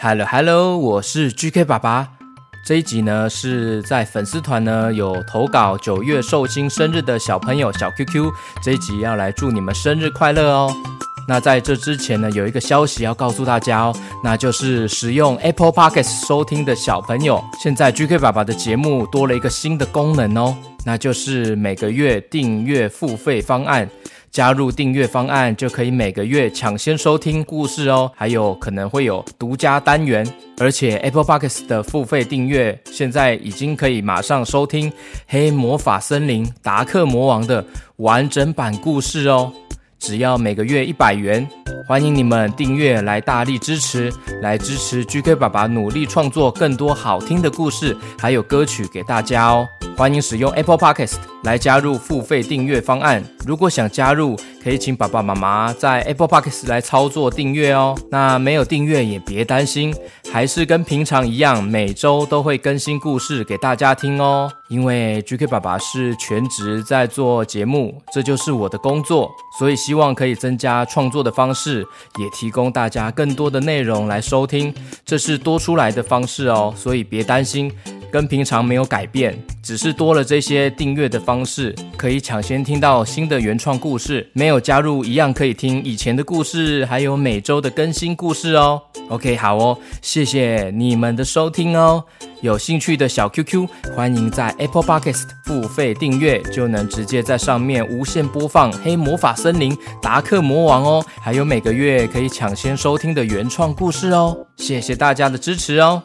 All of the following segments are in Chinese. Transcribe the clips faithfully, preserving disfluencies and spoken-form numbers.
Hello Hello， 我是 G K 爸爸。这一集呢是在粉丝团呢有投稿九月寿星生日的小朋友小 Q Q， 这一集要来祝你们生日快乐哦。那在这之前呢，有一个消息要告诉大家哦，那就是使用 Apple Podcast 收听的小朋友，现在 G K 爸爸的节目多了一个新的功能哦，那就是每个月订阅付费方案。加入订阅方案就可以每个月抢先收听故事哦，还有可能会有独家单元，而且 Apple Podcast 的付费订阅现在已经可以马上收听黑魔法森林达克魔王的完整版故事哦，只要每个月一百元，欢迎你们订阅来大力支持，来支持 G K 爸爸努力创作更多好听的故事还有歌曲给大家哦。欢迎使用 Apple Podcast 来加入付费订阅方案，如果想加入可以请爸爸妈妈在 Apple Podcast 来操作订阅哦。那没有订阅也别担心，还是跟平常一样，每周都会更新故事给大家听哦。因为 G K 爸爸是全职在做节目，这就是我的工作，所以希望可以增加创作的方式，也提供大家更多的内容来收听，这是多出来的方式哦，所以别担心，跟平常没有改变，只是多了这些订阅的方式，可以抢先听到新的原创故事，没有加入一样可以听以前的故事，还有每周的更新故事哦。 OK 好哦，谢谢你们的收听哦。有兴趣的小 Q Q 欢迎在 Apple Podcast 付费订阅，就能直接在上面无限播放黑魔法森林达克魔王哦，还有每个月可以抢先收听的原创故事哦。谢谢大家的支持哦。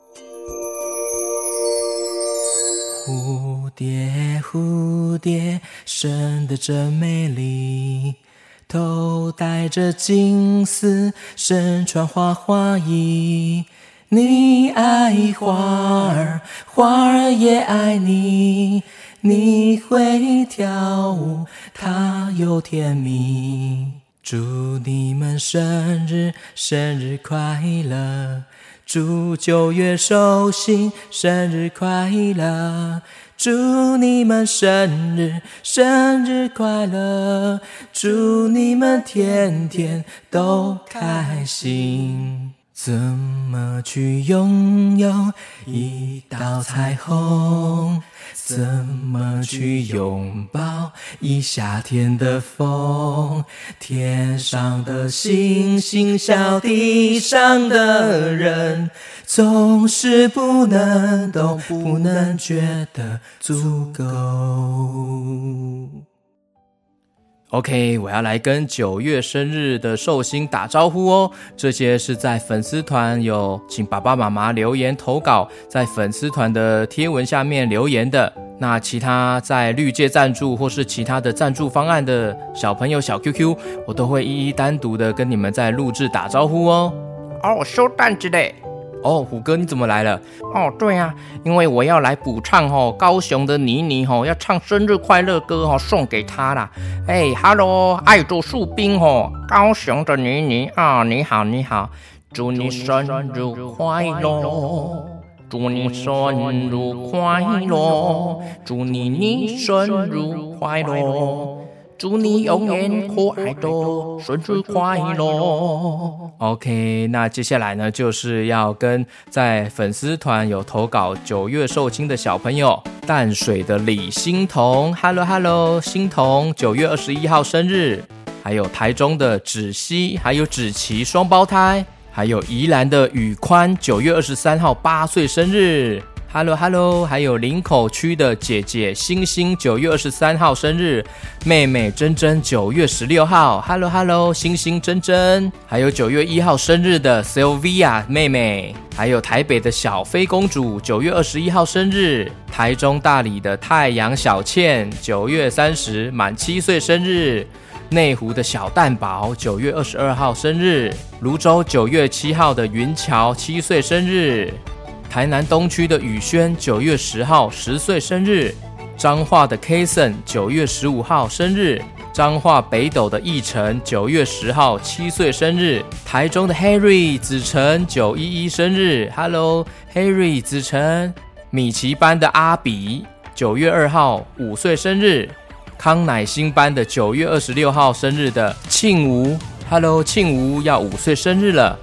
蝴蝶蝴蝶生得真美丽，头戴着金丝，身穿花花衣。你爱花儿，花儿也爱你，你会跳舞，它又甜蜜。祝你们生日生日快乐，祝九月寿星生日快乐，祝你们生日生日快乐，祝你们天天都开心。怎么去拥有一道彩虹，怎么去拥抱一夏天的风，天上的星星笑地上的人，总是不能懂，不能觉得足够。OK， 我要来跟九月生日的寿星打招呼哦。这些是在粉丝团有请爸爸妈妈留言投稿，在粉丝团的贴文下面留言的。那其他在绿界赞助或是其他的赞助方案的小朋友小 Q Q， 我都会一一单独的跟你们在录制打招呼哦。 哦，收蛋之类。 哦，虎哥你怎么来了？ 哦，对啊，因为我要来补唱哦，高雄的妮妮哦，要唱生日快乐歌哦，送给她啦。哎 ，Hello， 爱做树冰哦，高雄的妮妮啊，你好你好，祝你生日快乐，祝你生日快乐，祝你你生日快乐。祝你永远可爱的生日快乐。 OK， 那接下来呢就是要跟在粉丝团有投稿九月寿星的小朋友，淡水的李欣彤 Hello Hello 欣彤九月二十一号生日，还有台中的芷熙还有芷琪双胞胎，还有宜兰的宇宽九月二十三号八岁生日。Hello Hello， 还有林口区的姐姐星星九月二十三号生日，妹妹珍珍九月十六号 Hello Hello， 星星珍珍，还有九月一号生日的 Sylvia 妹妹，还有台北的小飞公主九月二十一号生日，台中大理的太阳小倩九月三十满七岁生日，内湖的小蛋宝九月二十二号生日，蘆洲九月七号的云桥七岁生日，台南东区的宇轩九月十号十岁生日，彰化的 Kason 九月十五号生日，彰化北斗的奕晨九月十号七岁生日，台中的 Harry 子晨九一一生日 Hello Harry 子晨，米奇班的阿比九月二号五岁生日，康乃馨班的九月二十六号生日的庆吴 Hello 庆吴要五岁生日了，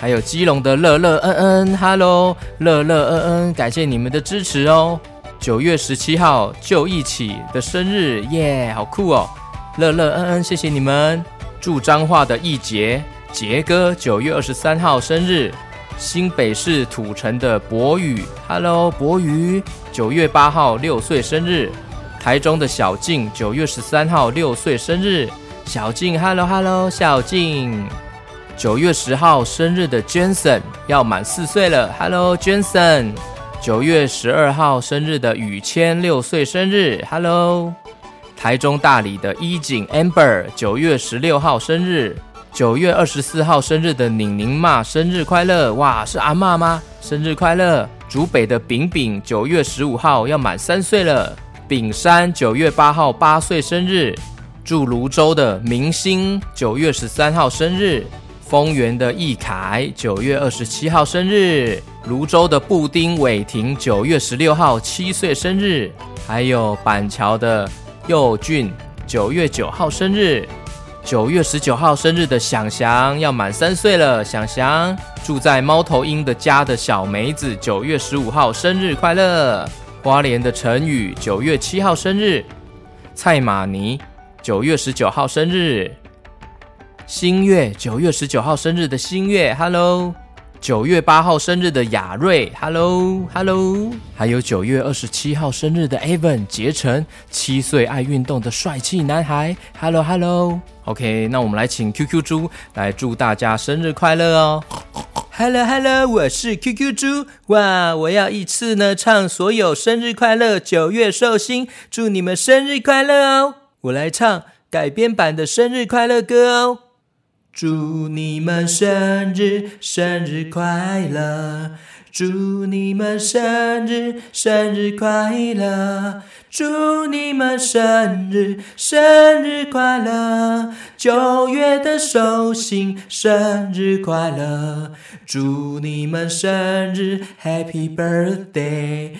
还有基隆的乐乐恩恩 ，Hello， 乐乐恩恩，感谢你们的支持哦。九月十七号就一起的生日，耶，好酷哦！乐乐恩恩，谢谢你们。祝彰化的义杰杰哥九月二十三号生日。新北市土城的博宇 ，Hello， 博宇，九月八号六岁生日。台中的小静九月十三号六岁生日。小静 ，Hello Hello， 小静。九月十号生日的 Jensen 要满四岁了 ，Hello Jensen。九月十二号生日的雨谦六岁生日 ，Hello。台中大里的一景 Amber 九月十六号生日。九月二十四号生日的宁宁妈生日快乐，哇，是阿嬷吗？生日快乐。竹北的饼饼九月十五号要满三岁了。炳山九月八号八岁生日。祝泸州的明星九月十三号生日。丰原的易凯九月二十七号生日。泸州的布丁伟霆九月十六号七岁生日。还有板桥的佑俊九月九号生日。九月十九号生日的想翔要满三岁了，想翔。住在猫头鹰的家的小梅子九月十五号生日快乐。花莲的陈宇九月七号生日。蔡玛妮九月十九号生日。新月九月十九号生日的新月 ，Hello。九月八号生日的雅瑞 ，Hello Hello。还有九月二十七号生日的 Evan 杰成，七岁爱运动的帅气男孩 ，Hello Hello。OK， 那我们来请 Q Q 猪来祝大家生日快乐哦。Hello Hello， 我是 Q Q 猪，哇，我要一次呢唱所有生日快乐九月寿星，祝你们生日快乐哦。我来唱改编版的生日快乐歌哦。祝你们生日生日快乐，祝你们生日生日快乐，祝你们生日生日快乐，九月的寿星生日快乐，祝你们生日 Happy Birthday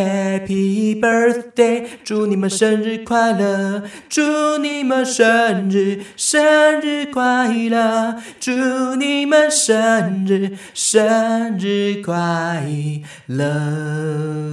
Happy Birthday， 祝你们生日快乐，祝你们生日生日快乐，祝你们生日生日快乐，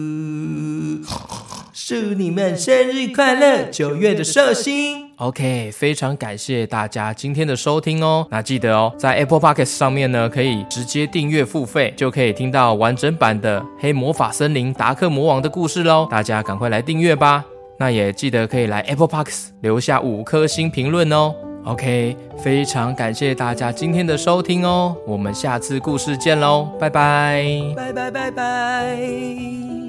祝你们生日快乐，九月的寿星。OK， 非常感谢大家今天的收听哦。那记得哦，在 Apple Podcast 上面呢，可以直接订阅付费，就可以听到完整版的黑魔法森林达克魔王的故事咯。大家赶快来订阅吧。那也记得可以来 Apple Podcast 留下五颗星评论哦。OK， 非常感谢大家今天的收听哦，我们下次故事见咯，拜拜，拜拜拜拜。